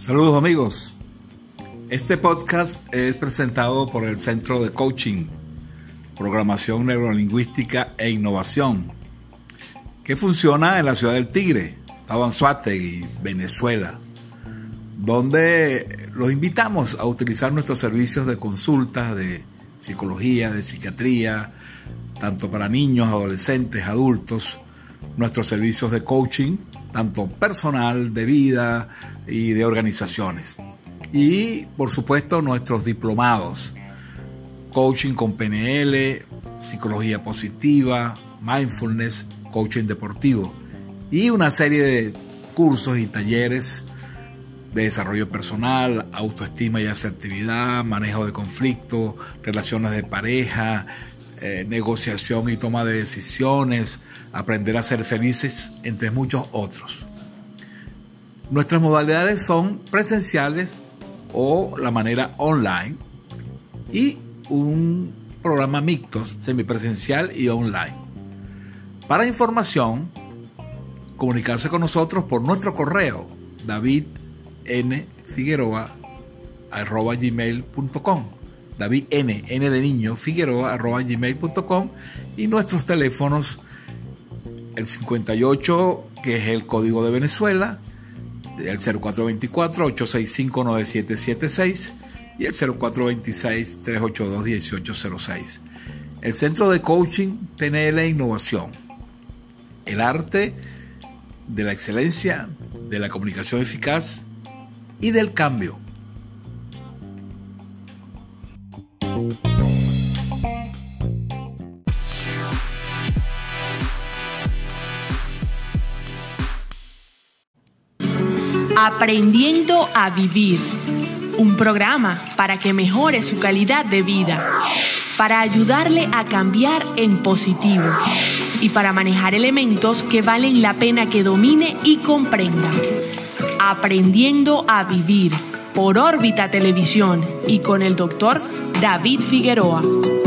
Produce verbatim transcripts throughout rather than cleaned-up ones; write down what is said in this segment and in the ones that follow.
Saludos amigos, este podcast es presentado por el Centro de Coaching, Programación Neurolingüística e Innovación, que funciona en la ciudad del Tigre, Anzoátegui, Venezuela, donde los invitamos a utilizar nuestros servicios de consultas de psicología, de psiquiatría, tanto para niños, adolescentes, adultos, nuestros servicios de coaching, tanto personal, de vida y de organizaciones. Y, por supuesto, nuestros diplomados, coaching con P N L, psicología positiva, mindfulness, coaching deportivo y una serie de cursos y talleres de desarrollo personal, autoestima y asertividad, manejo de conflictos, relaciones de pareja, eh, negociación y toma de decisiones, aprender a ser felices, entre muchos otros. Nuestras modalidades son presenciales o la manera online y un programa mixto, semipresencial y online. Para información, comunicarse con nosotros por nuestro correo david n figueroa arroba gmail punto com, David N, N de niño, Figueroa arroba gmail punto com, y nuestros teléfonos, el cincuenta y ocho, que es el código de Venezuela, el cero cuatro dos cuatro, ocho seis cinco, nueve siete siete seis y el cero cuatro dos seis, tres ocho dos, uno ocho cero seis. El Centro de Coaching, P N L e Innovación, el arte de la excelencia, de la comunicación eficaz y del cambio. Aprendiendo a vivir, un programa para que mejore su calidad de vida, para ayudarle a cambiar en positivo y para manejar elementos que valen la pena que domine y comprenda. Aprendiendo a vivir, por Órbita Televisión y con el doctor David Figueroa.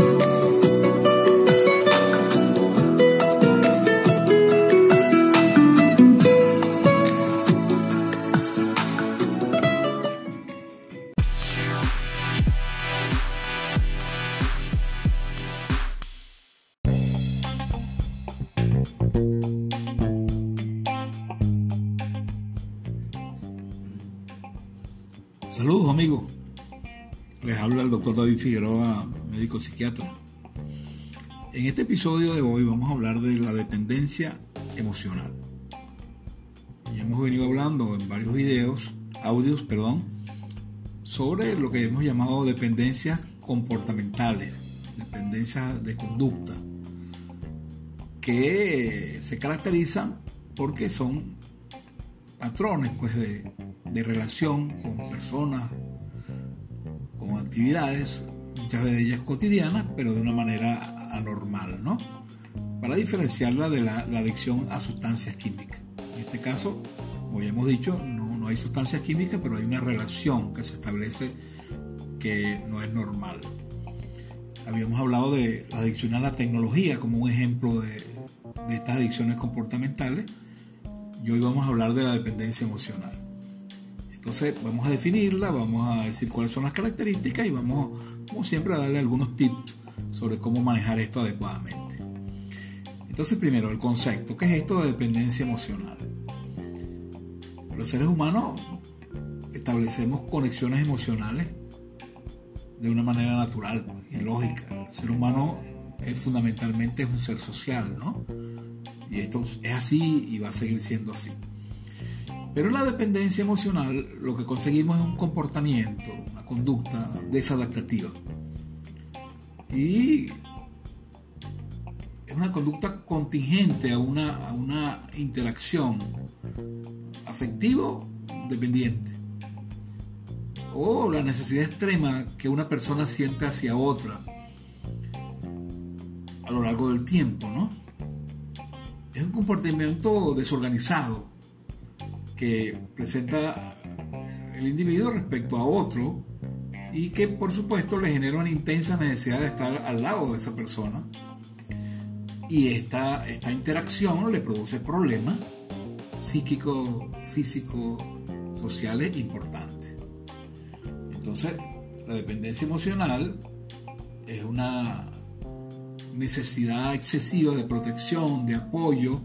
Saludos amigos, les habla el doctor David Figueroa, médico psiquiatra. En este episodio de hoy vamos a hablar de la dependencia emocional. Ya hemos venido hablando en varios videos, audios, perdón, sobre lo que hemos llamado dependencias comportamentales, dependencias de conducta, que se caracterizan porque son patrones pues de, de relación con personas, con actividades, muchas de ellas cotidianas, pero de una manera anormal, ¿no? Para diferenciarla de la, la adicción a sustancias químicas. En este caso, como ya hemos dicho, no, no hay sustancias químicas, pero hay una relación que se establece que no es normal. Habíamos hablado de la adicción a la tecnología como un ejemplo de, de estas adicciones comportamentales, y hoy vamos a hablar de la dependencia emocional. Entonces vamos a definirla, vamos a decir cuáles son las características y vamos, como siempre, a darle algunos tips sobre cómo manejar esto adecuadamente. Entonces, primero, el concepto. ¿Qué es esto de dependencia emocional? Los seres humanos establecemos conexiones emocionales de una manera natural y lógica. El ser humano es fundamentalmente es un ser social, ¿no? Y esto es así y va a seguir siendo así. Pero en la dependencia emocional lo que conseguimos es un comportamiento, una conducta desadaptativa. Y es una conducta contingente a una, a una interacción afectivo dependiente. O la necesidad extrema que una persona siente hacia otra a lo largo del tiempo, ¿no? Es un comportamiento desorganizado que presenta el individuo respecto a otro y que por supuesto le genera una intensa necesidad de estar al lado de esa persona, y esta, esta interacción le produce problemas psíquicos, físicos, sociales importantes. Entonces, la dependencia emocional es una necesidad excesiva de protección, de apoyo,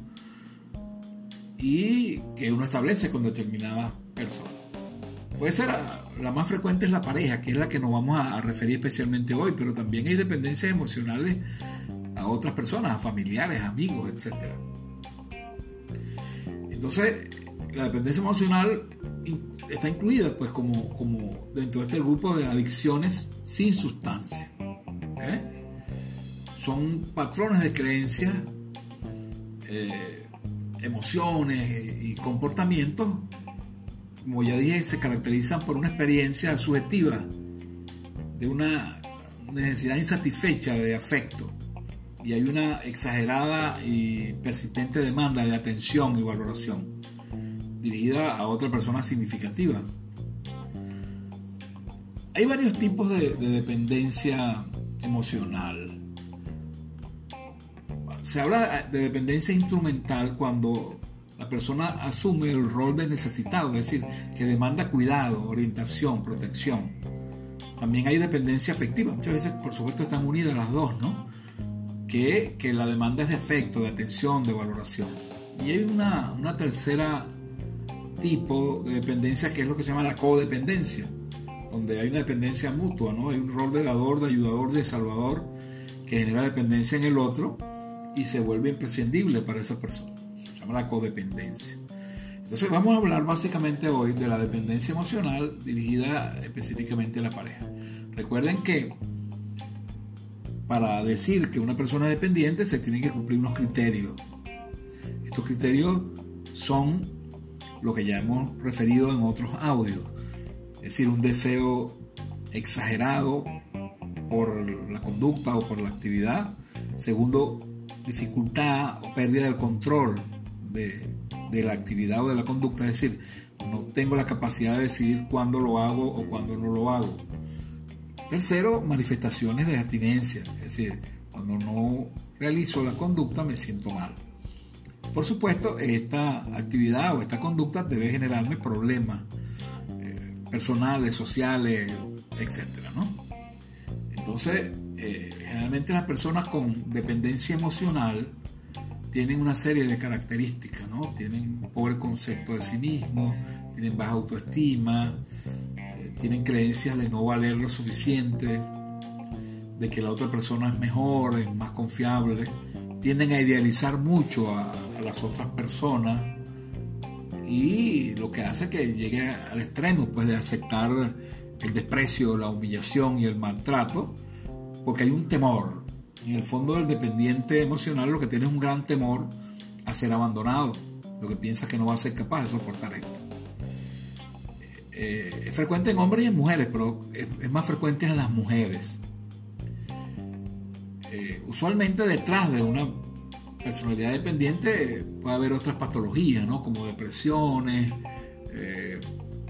y que uno establece con determinadas personas. Puede ser, la más frecuente es la pareja, que es la que nos vamos a referir especialmente hoy, pero también hay dependencias emocionales a otras personas, a familiares, amigos, etcétera. Entonces, la dependencia emocional está incluida pues como, como dentro de este grupo de adicciones sin sustancia. ¿eh? Son patrones de creencias, eh, emociones y comportamientos, como ya dije, se caracterizan por una experiencia subjetiva de una necesidad insatisfecha de afecto, y hay una exagerada y persistente demanda de atención y valoración dirigida a otra persona significativa. Hay varios tipos de, de dependencia emocional. Se habla de dependencia instrumental cuando la persona asume el rol de necesitado, es decir, que demanda cuidado, orientación, protección. También hay dependencia afectiva. Muchas veces, por supuesto, están unidas las dos, ¿no? Que, que la demanda es de afecto, de atención, de valoración. Y hay una, una tercera tipo de dependencia que es lo que se llama la codependencia, donde hay una dependencia mutua, ¿no? Hay un rol de dador, de ayudador, de salvador, que genera dependencia en el otro y se vuelve imprescindible para esa persona. Se llama la codependencia. Entonces vamos a hablar básicamente hoy de la dependencia emocional dirigida específicamente a la pareja. Recuerden que para decir que una persona es dependiente se tienen que cumplir unos criterios. Estos criterios son lo que ya hemos referido en otros audios. Es decir, un deseo exagerado por la conducta o por la actividad. Segundo, dificultad o pérdida del control de, de la actividad o de la conducta. Es decir, no tengo la capacidad de decidir cuándo lo hago o cuándo no lo hago. Tercero, manifestaciones de abstinencia. Es decir, cuando no realizo la conducta me siento mal. Por supuesto, esta actividad o esta conducta debe generarme problemas eh, personales, sociales, etcétera, ¿no? Entonces, eh, generalmente las personas con dependencia emocional tienen una serie de características, ¿no? Tienen un pobre concepto de sí mismos, tienen baja autoestima, eh, tienen creencias de no valer lo suficiente, de que la otra persona es mejor, es más confiable, tienden a idealizar mucho a, a las otras personas, y lo que hace que llegue al extremo pues, de aceptar el desprecio, la humillación y el maltrato, porque hay un temor. En el fondo del dependiente emocional lo que tiene es un gran temor a ser abandonado, lo que piensa que no va a ser capaz de soportar esto. Eh, es frecuente en hombres y en mujeres, pero es, es más frecuente en las mujeres. Eh, usualmente detrás de una personalidad dependiente puede haber otras patologías, ¿no? Como depresiones, eh,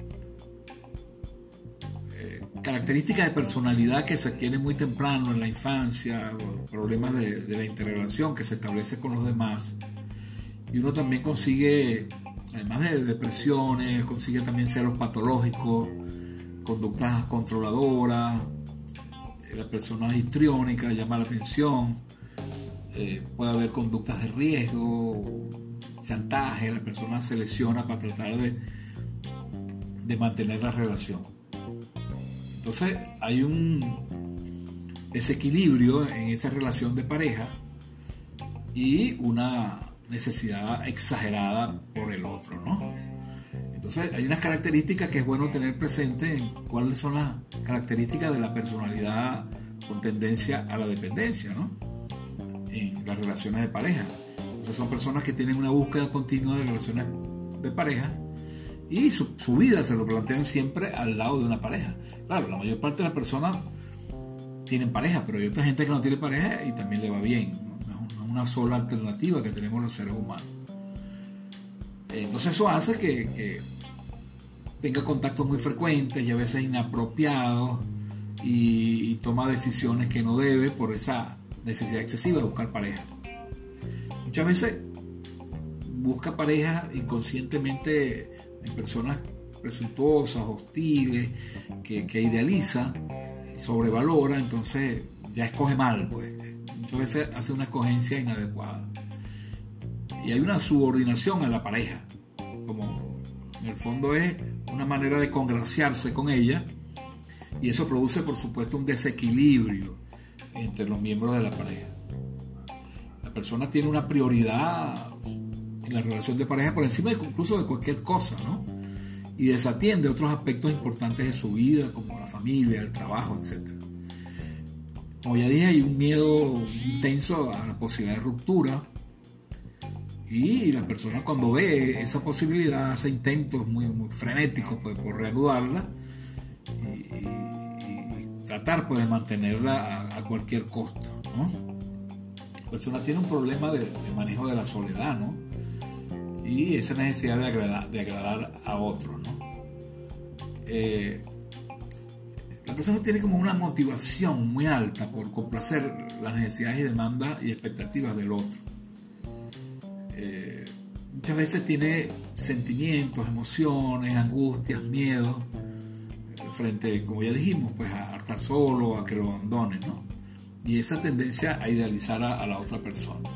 eh, características de personalidad que se adquieren muy temprano en la infancia, problemas de, de la interrelación que se establece con los demás. Y uno también consigue, además de depresiones, consigue también celos patológicos, conductas controladoras. La persona es histriónica, llama la atención, eh, puede haber conductas de riesgo, chantaje, la persona se lesiona para tratar de, de mantener la relación. Entonces hay un desequilibrio en esa relación de pareja y una necesidad exagerada por el otro, ¿no? Entonces hay unas características que es bueno tener presente en cuáles son las características de la personalidad con tendencia a la dependencia, ¿no? En las relaciones de pareja. Entonces son personas que tienen una búsqueda continua de relaciones de pareja y su, su vida se lo plantean siempre al lado de una pareja. Claro, la mayor parte de las personas tienen pareja, pero hay otra gente que no tiene pareja y también le va bien, ¿no? No es una sola alternativa que tenemos los seres humanos. Entonces eso hace que, que tenga contactos muy frecuentes y a veces inapropiados y, y toma decisiones que no debe por esa necesidad excesiva de buscar pareja. Muchas veces busca pareja inconscientemente en personas presuntuosas, hostiles, que, que idealiza, sobrevalora, entonces ya escoge mal, pues. Muchas veces hace una escogencia inadecuada. Y hay una subordinación en la pareja, como en el fondo es una manera de congraciarse con ella, y eso produce, por supuesto, un desequilibrio entre los miembros de la pareja. La persona tiene una prioridad en la relación de pareja por encima de, incluso de cualquier cosa, ¿no? Y desatiende otros aspectos importantes de su vida, como la familia, el trabajo, etcétera. Como ya dije, hay un miedo intenso a la posibilidad de ruptura, y la persona, cuando ve esa posibilidad, hace intentos muy, muy frenéticos, pues, por reanudarla y, y, y tratar, pues, de mantenerla a, a cualquier costo, ¿no? La persona tiene un problema de, de manejo de la soledad, ¿no? Y esa necesidad de agradar, de agradar a otros, ¿no? Eh, la persona tiene como una motivación muy alta por complacer las necesidades y demandas y expectativas del otro. Eh, muchas veces tiene sentimientos, emociones, angustias, miedos eh, frente, como ya dijimos, pues a estar solo, a que lo abandonen, ¿no? Y esa tendencia a idealizar a, a la otra persona.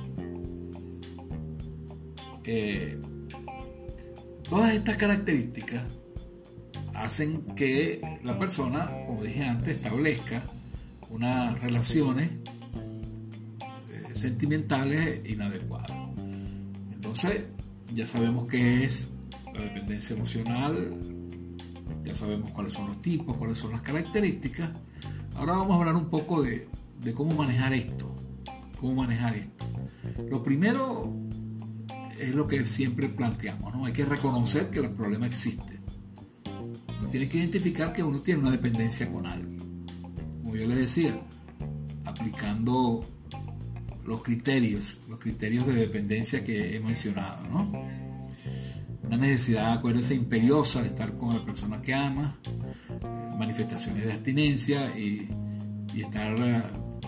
Eh, todas estas características hacen que la persona, como dije antes, establezca unas relaciones eh, sentimentales inadecuadas. Entonces, ya sabemos qué es la dependencia emocional, ya sabemos cuáles son los tipos, cuáles son las características. Ahora vamos a hablar un poco de, de cómo manejar esto, cómo manejar esto. Lo primero es lo que siempre planteamos, ¿no? Hay que reconocer que el problema existe. Uno tiene que identificar que uno tiene una dependencia con alguien. Como yo les decía, aplicando los criterios, los criterios de dependencia que he mencionado, ¿no? Una necesidad, acuérdense, imperiosa de estar con la persona que ama, eh, manifestaciones de abstinencia y, y estar eh,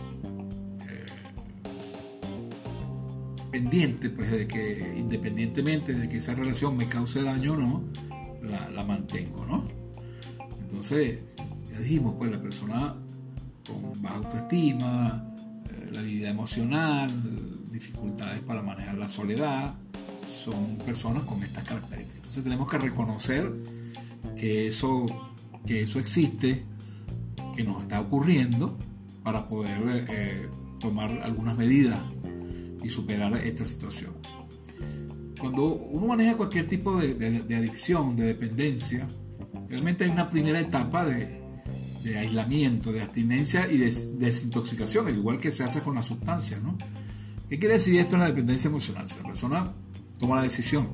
pendiente, pues, de que independientemente de que esa relación me cause daño o no, la, la mantengo, ¿no? Entonces, ya dijimos, pues, la persona con baja autoestima, eh, la vida emocional, dificultades para manejar la soledad, son personas con estas características. Entonces tenemos que reconocer que eso, que eso existe, que nos está ocurriendo, para poder eh, tomar algunas medidas y superar esta situación. Cuando uno maneja cualquier tipo de, de, de adicción, de dependencia, realmente hay una primera etapa de, de aislamiento, de abstinencia y de desintoxicación, al igual que se hace con las sustancias, ¿no? ¿Qué quiere decir esto en la dependencia emocional? Si la persona toma la decisión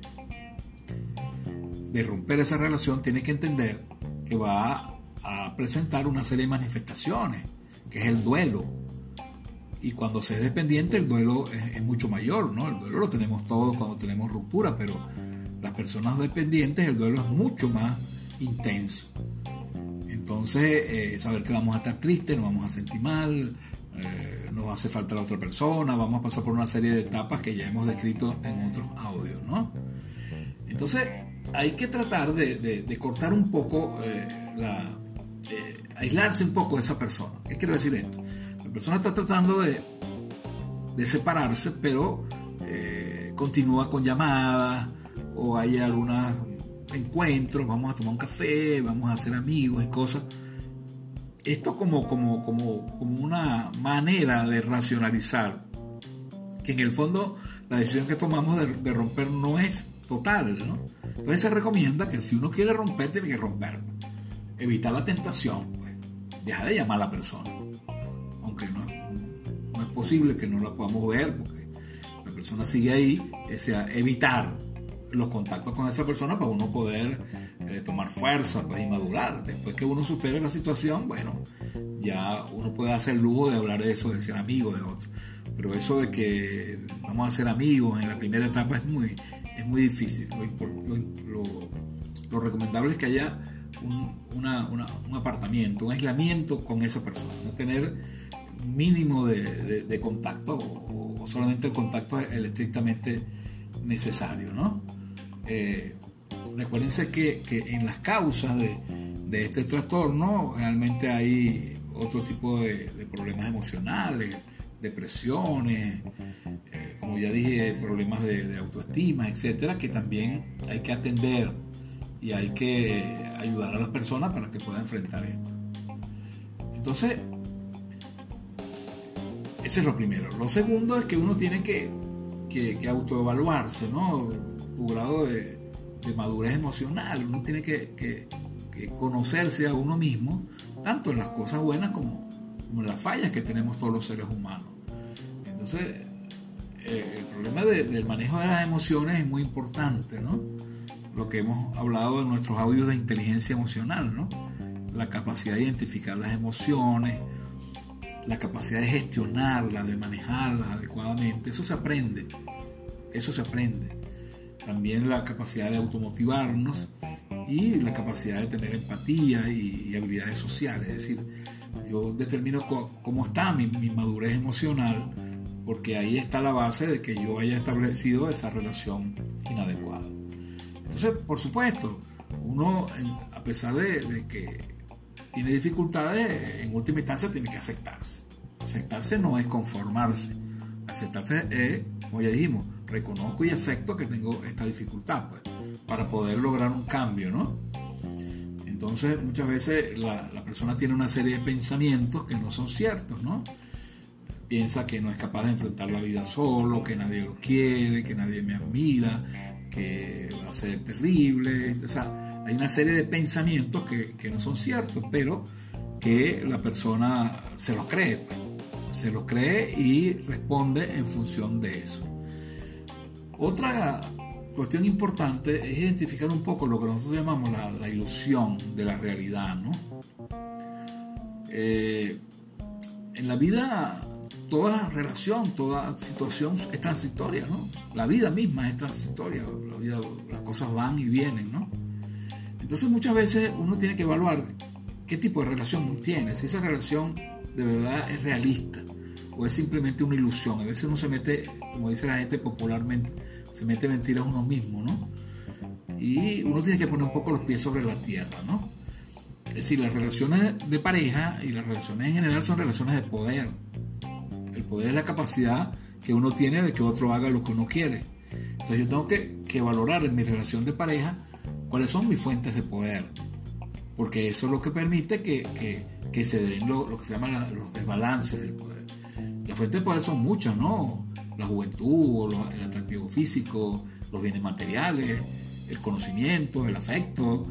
de romper esa relación, tiene que entender que va a presentar una serie de manifestaciones, que es el duelo. Y cuando se es dependiente, el duelo es, es mucho mayor, ¿no? El duelo lo tenemos todos cuando tenemos ruptura, pero las personas dependientes, el duelo es mucho más intenso. Entonces, eh, saber que vamos a estar tristes, nos vamos a sentir mal, eh, nos hace falta la otra persona, vamos a pasar por una serie de etapas que ya hemos descrito en otros audios, ¿no? Entonces, hay que tratar de, de, de cortar un poco, eh, la, eh, aislarse un poco de esa persona. ¿Qué quiero decir esto? La persona está tratando de, de separarse, pero eh, continúa con llamadas, o hay algunos encuentros, vamos a tomar un café, vamos a hacer amigos y cosas. Esto como, como, como, como una manera de racionalizar que en el fondo la decisión que tomamos de, de romper no es total, ¿no? Entonces se recomienda que si uno quiere romper, tiene que romper. Evitar la tentación, pues. Dejar de llamar a la persona. Aunque no, no es posible que no la podamos ver, porque la persona sigue ahí. O sea, evitar los contactos con esa persona para uno poder eh, tomar fuerza, pues, y madurar. Después que uno supere la situación, bueno, ya uno puede hacer el lujo de hablar de eso, de ser amigo de otro. Pero eso de que vamos a ser amigos en la primera etapa es muy, es muy difícil. Lo, lo, lo, lo recomendable es que haya un, una, una, un apartamiento, un aislamiento con esa persona, no tener mínimo de, de, de contacto, o, o solamente el contacto el estrictamente necesario, ¿no? Eh, recuérdense que, que en las causas de, de este trastorno realmente hay otro tipo de, de problemas emocionales, depresiones, eh, como ya dije, problemas de, de autoestima, etcétera, que también hay que atender y hay que ayudar a las personas para que puedan enfrentar esto. Entonces, ese es lo primero. Lo segundo es que uno tiene que, que, que autoevaluarse, ¿no? Tu grado de, de madurez emocional. Uno tiene que, que, que conocerse a uno mismo, tanto en las cosas buenas como, como en las fallas que tenemos todos los seres humanos. Entonces, eh, el problema de, del manejo de las emociones es muy importante, ¿no? Lo que hemos hablado en nuestros audios de inteligencia emocional, ¿no? La capacidad de identificar las emociones, la capacidad de gestionarlas, de manejarlas adecuadamente. Eso se aprende, eso se aprende. También la capacidad de automotivarnos y la capacidad de tener empatía y, y habilidades sociales. Es decir, yo determino co- cómo está mi, mi madurez emocional, porque ahí está la base de que yo haya establecido esa relación inadecuada. Entonces, por supuesto, uno, a pesar de, de que tiene dificultades, en última instancia tiene que aceptarse. Aceptarse no es conformarse. Aceptarse es, como ya dijimos, reconozco y acepto que tengo esta dificultad, pues, para poder lograr un cambio, ¿no? Entonces, muchas veces la, la persona tiene una serie de pensamientos que no son ciertos, ¿no? Piensa que no es capaz de enfrentar la vida solo, que nadie lo quiere, que nadie me admira, que va a ser terrible. O sea, hay una serie de pensamientos que, que no son ciertos, pero que la persona se los cree, pues. Se los cree y responde en función de eso. Otra cuestión importante es identificar un poco lo que nosotros llamamos la, la ilusión de la realidad, ¿no? Eh, en la vida, toda relación, toda situación es transitoria, ¿no? La vida misma es transitoria, la vida, las cosas van y vienen, ¿no? Entonces muchas veces uno tiene que evaluar qué tipo de relación tiene, si esa relación de verdad es realista o es simplemente una ilusión. A veces uno se mete, como dice la gente popularmente, se mete mentiras a uno mismo, ¿no? Y uno tiene que poner un poco los pies sobre la tierra, ¿no? Es decir, las relaciones de pareja y las relaciones en general son relaciones de poder. El poder es la capacidad que uno tiene de que otro haga lo que uno quiere. Entonces yo tengo que, que valorar en mi relación de pareja cuáles son mis fuentes de poder, porque eso es lo que permite que, que, que se den lo, lo que se llaman la, los desbalances del poder. Las fuentes de poder son muchas, ¿no? La juventud, lo, el atractivo físico, los bienes materiales, el conocimiento, el afecto,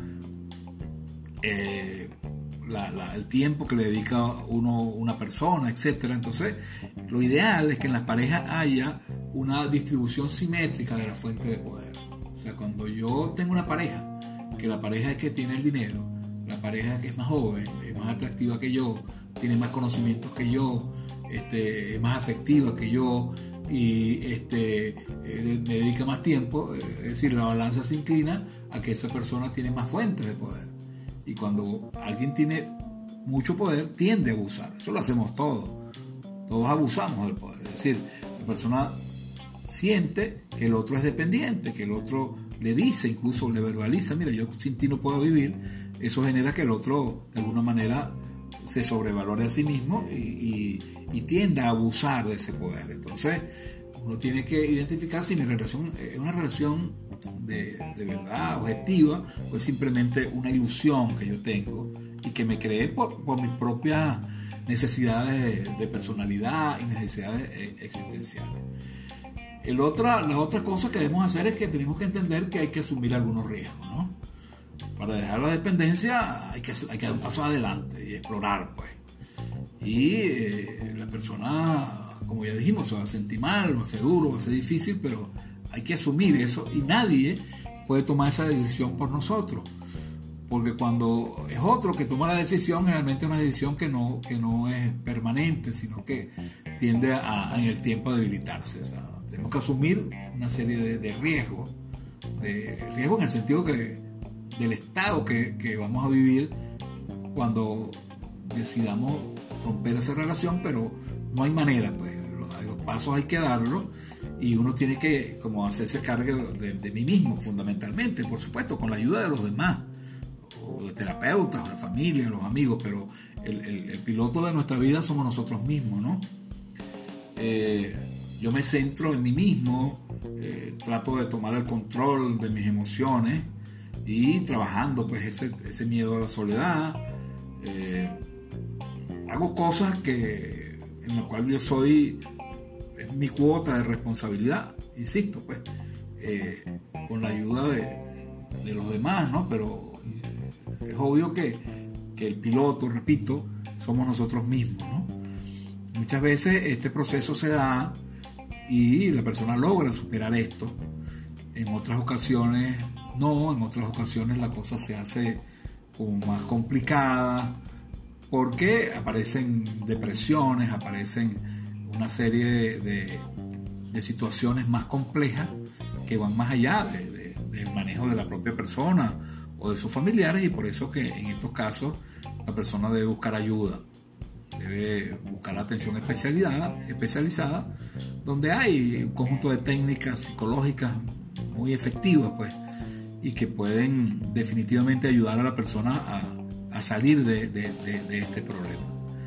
eh, la, la, el tiempo que le dedica uno una persona, etcétera. Entonces, lo ideal es que en las parejas haya una distribución simétrica de la fuente de poder. O sea, cuando yo tengo una pareja, que la pareja es que tiene el dinero, la pareja que es más joven, es más atractiva que yo, tiene más conocimientos que yo, este, es más afectiva que yo y este, eh, me dedica más tiempo, eh, es decir, la balanza se inclina a que esa persona tiene más fuentes de poder. Y cuando alguien tiene mucho poder, tiende a abusar. Eso lo hacemos todos. Todos abusamos del poder. Es decir, la persona siente que el otro es dependiente, que el otro le dice, incluso le verbaliza, mira, yo sin ti no puedo vivir. Eso genera que el otro, de alguna manera, se sobrevalore a sí mismo y, y, y tienda a abusar de ese poder. Entonces, uno tiene que identificar si mi relación es una relación de, de verdad, objetiva, o es simplemente una ilusión que yo tengo y que me creé por, por mis propias necesidades de, de personalidad y necesidades existenciales. El otra, la otra cosa que debemos hacer es que tenemos que entender que hay que asumir algunos riesgos, ¿no? Para dejar la dependencia hay que, hay que dar un paso adelante y explorar, pues. Y eh, la persona, como ya dijimos, se va a sentir mal, va a ser duro, va a ser difícil, pero hay que asumir eso y nadie puede tomar esa decisión por nosotros. Porque cuando es otro que toma la decisión, generalmente es una decisión que no, que no es permanente, sino que tiende a, a en el tiempo a debilitarse. O sea, tenemos que asumir una serie de, de riesgos, de riesgos en el sentido que, del estado que, que vamos a vivir cuando decidamos romper esa relación, pero no hay manera, pues los, los pasos hay que darlos y uno tiene que como hacerse cargo de, de mí mismo fundamentalmente, por supuesto, con la ayuda de los demás, o de terapeutas, o de familia, los amigos, pero el, el, el piloto de nuestra vida somos nosotros mismos, ¿no? Eh, yo me centro en mí mismo, eh, trato de tomar el control de mis emociones y trabajando pues ese, ese miedo a la soledad. Eh, hago cosas que en las cuales yo soy, es mi cuota de responsabilidad, insisto, pues, eh, con la ayuda de, de los demás, ¿no? Pero es obvio que, que el piloto, repito, somos nosotros mismos, ¿no? Muchas veces este proceso se da y la persona logra superar esto. En otras ocasiones no, en otras ocasiones la cosa se hace como más complicada porque aparecen depresiones, aparecen una serie de, de, de situaciones más complejas que van más allá de, de, del manejo de la propia persona o de sus familiares, y por eso que en estos casos la persona debe buscar ayuda, debe buscar atención especializada, especializada donde hay un conjunto de técnicas psicológicas muy efectivas, pues, y que pueden definitivamente ayudar a la persona a, a salir de, de, de, de este problema.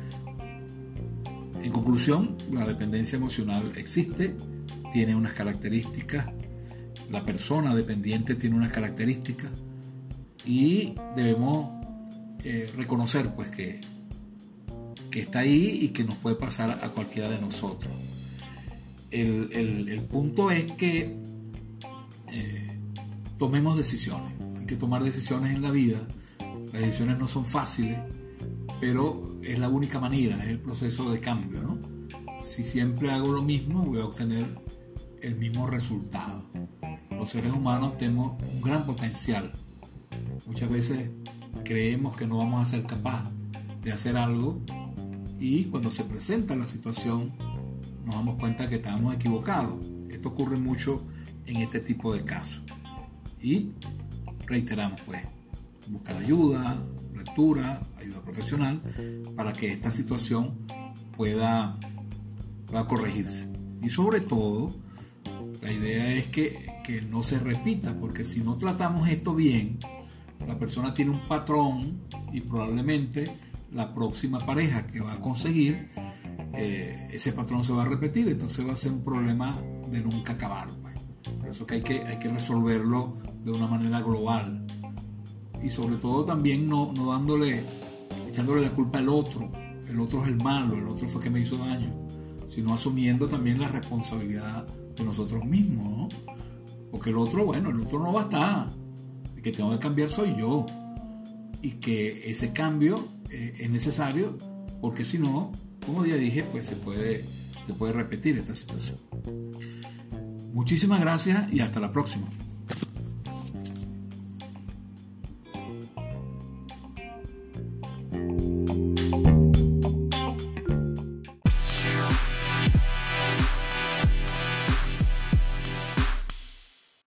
En conclusión, la dependencia emocional existe, tiene unas características, la persona dependiente tiene unas características y debemos eh, reconocer pues que, que está ahí y que nos puede pasar a cualquiera de nosotros. El, el, el punto es que eh, tomemos decisiones. Hay que tomar decisiones en la vida. Las decisiones no son fáciles, pero es la única manera, es el proceso de cambio, ¿no? Si siempre hago lo mismo, voy a obtener el mismo resultado. Los seres humanos tenemos un gran potencial. Muchas veces creemos que no vamos a ser capaces de hacer algo y cuando se presenta la situación nos damos cuenta que estamos equivocados. Esto ocurre mucho en este tipo de casos. Y reiteramos, pues, buscar ayuda, lectura, ayuda profesional para que esta situación pueda, pueda corregirse. Y sobre todo, la idea es que, que no se repita, porque si no tratamos esto bien, la persona tiene un patrón y probablemente la próxima pareja que va a conseguir, eh, ese patrón se va a repetir, entonces va a ser un problema de nunca acabar, pues. Por eso que hay que, hay que resolverlo de una manera global y sobre todo también no, no dándole, echándole la culpa al otro, el otro es el malo, el otro fue que me hizo daño, sino asumiendo también la responsabilidad de nosotros mismos, ¿no? Porque el otro, bueno, el otro no va a estar, el que tengo que cambiar soy yo, y que ese cambio eh, es necesario, porque si no, como ya dije, pues se puede, se puede repetir esta situación. Muchísimas gracias y hasta la próxima.